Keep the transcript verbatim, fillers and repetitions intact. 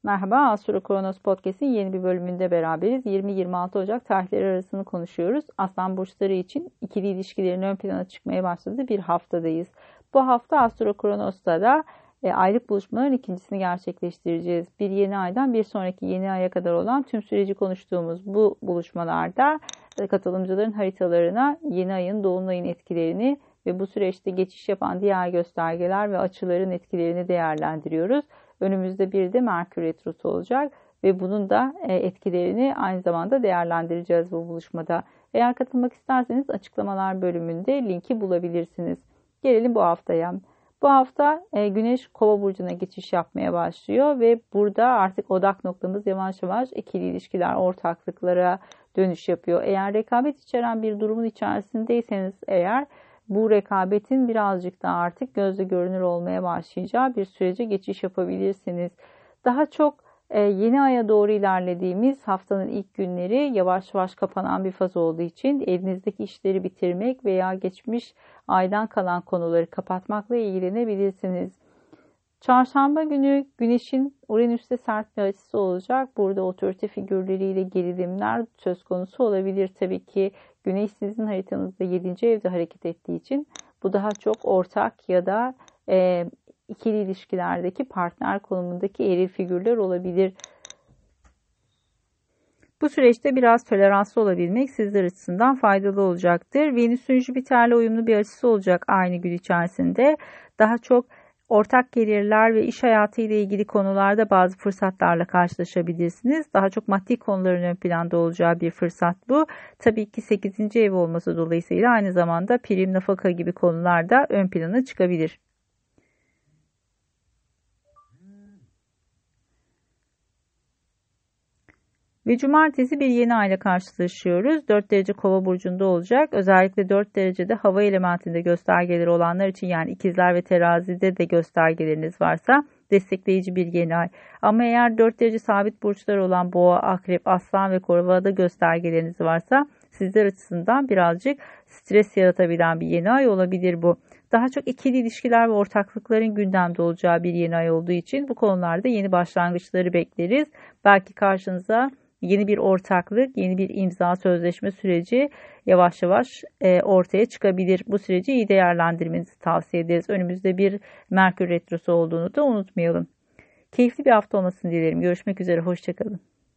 Merhaba, Astro Kronos Podcast'in yeni bir bölümünde beraberiz. yirmi yirmi altı Ocak tarihleri arasını konuşuyoruz. Aslan burçları için ikili ilişkilerin ön plana çıkmaya başladığı bir haftadayız. Bu hafta Astro Kronos'ta da e, aylık buluşmaların ikincisini gerçekleştireceğiz. Bir yeni aydan bir sonraki yeni aya kadar olan tüm süreci konuştuğumuz bu buluşmalarda e, katılımcıların haritalarına yeni ayın, dolunayın etkilerini ve bu süreçte geçiş yapan diğer göstergeler ve açıların etkilerini değerlendiriyoruz. Önümüzde bir de Merkür Retrosu olacak ve bunun da etkilerini aynı zamanda değerlendireceğiz bu buluşmada. Eğer katılmak isterseniz açıklamalar bölümünde linki bulabilirsiniz. Gelelim bu haftaya. Bu hafta Güneş Kova burcuna geçiş yapmaya başlıyor ve burada artık odak noktamız yavaş yavaş ikili ilişkiler, ortaklıklara dönüş yapıyor. Eğer rekabet içeren bir durumun içerisindeyseniz eğer bu rekabetin birazcık daha artık gözle görünür olmaya başlayacağı bir sürece geçiş yapabilirsiniz. Daha çok yeni aya doğru ilerlediğimiz haftanın ilk günleri yavaş yavaş kapanan bir faz olduğu için elinizdeki işleri bitirmek veya geçmiş aydan kalan konuları kapatmakla ilgilenebilirsiniz. Çarşamba günü Güneş'in Uranüs'te sert bir açısı olacak. Burada otorite figürleriyle gerilimler söz konusu olabilir. Tabii ki Güneş sizin haritanızda yedinci evde hareket ettiği için bu daha çok ortak ya da e, ikili ilişkilerdeki partner konumundaki eril figürler olabilir. Bu süreçte biraz toleranslı olabilmek sizler açısından faydalı olacaktır. Venüs'ün Jüpiter'le uyumlu bir açısı olacak aynı gün içerisinde. Daha çok ortak gelirler ve iş hayatı ile ilgili konularda bazı fırsatlarla karşılaşabilirsiniz. Daha çok maddi konuların ön planda olacağı bir fırsat bu. Tabii ki sekizinci ev olması dolayısıyla aynı zamanda prim, nafaka gibi konularda ön plana çıkabilir. Ve cumartesi bir yeni ay ile karşılaşıyoruz. dört derece Kova burcunda olacak. Özellikle dört derecede hava elementinde göstergeleri olanlar için, yani ikizler ve terazide de göstergeleriniz varsa destekleyici bir yeni ay. Ama eğer dört derece sabit burçlar olan Boğa, Akrep, Aslan ve Kova'da göstergeleriniz varsa sizler açısından birazcık stres yaratabilen bir yeni ay olabilir bu. Daha çok ikili ilişkiler ve ortaklıkların gündemde olacağı bir yeni ay olduğu için bu konularda yeni başlangıçları bekleriz. Belki karşınıza yeni bir ortaklık, yeni bir imza sözleşme süreci yavaş yavaş e, ortaya çıkabilir. Bu süreci iyi değerlendirmenizi tavsiye ederiz. Önümüzde bir Merkür Retrosu olduğunu da unutmayalım. Keyifli bir hafta olmasını dilerim. Görüşmek üzere, hoşça kalın.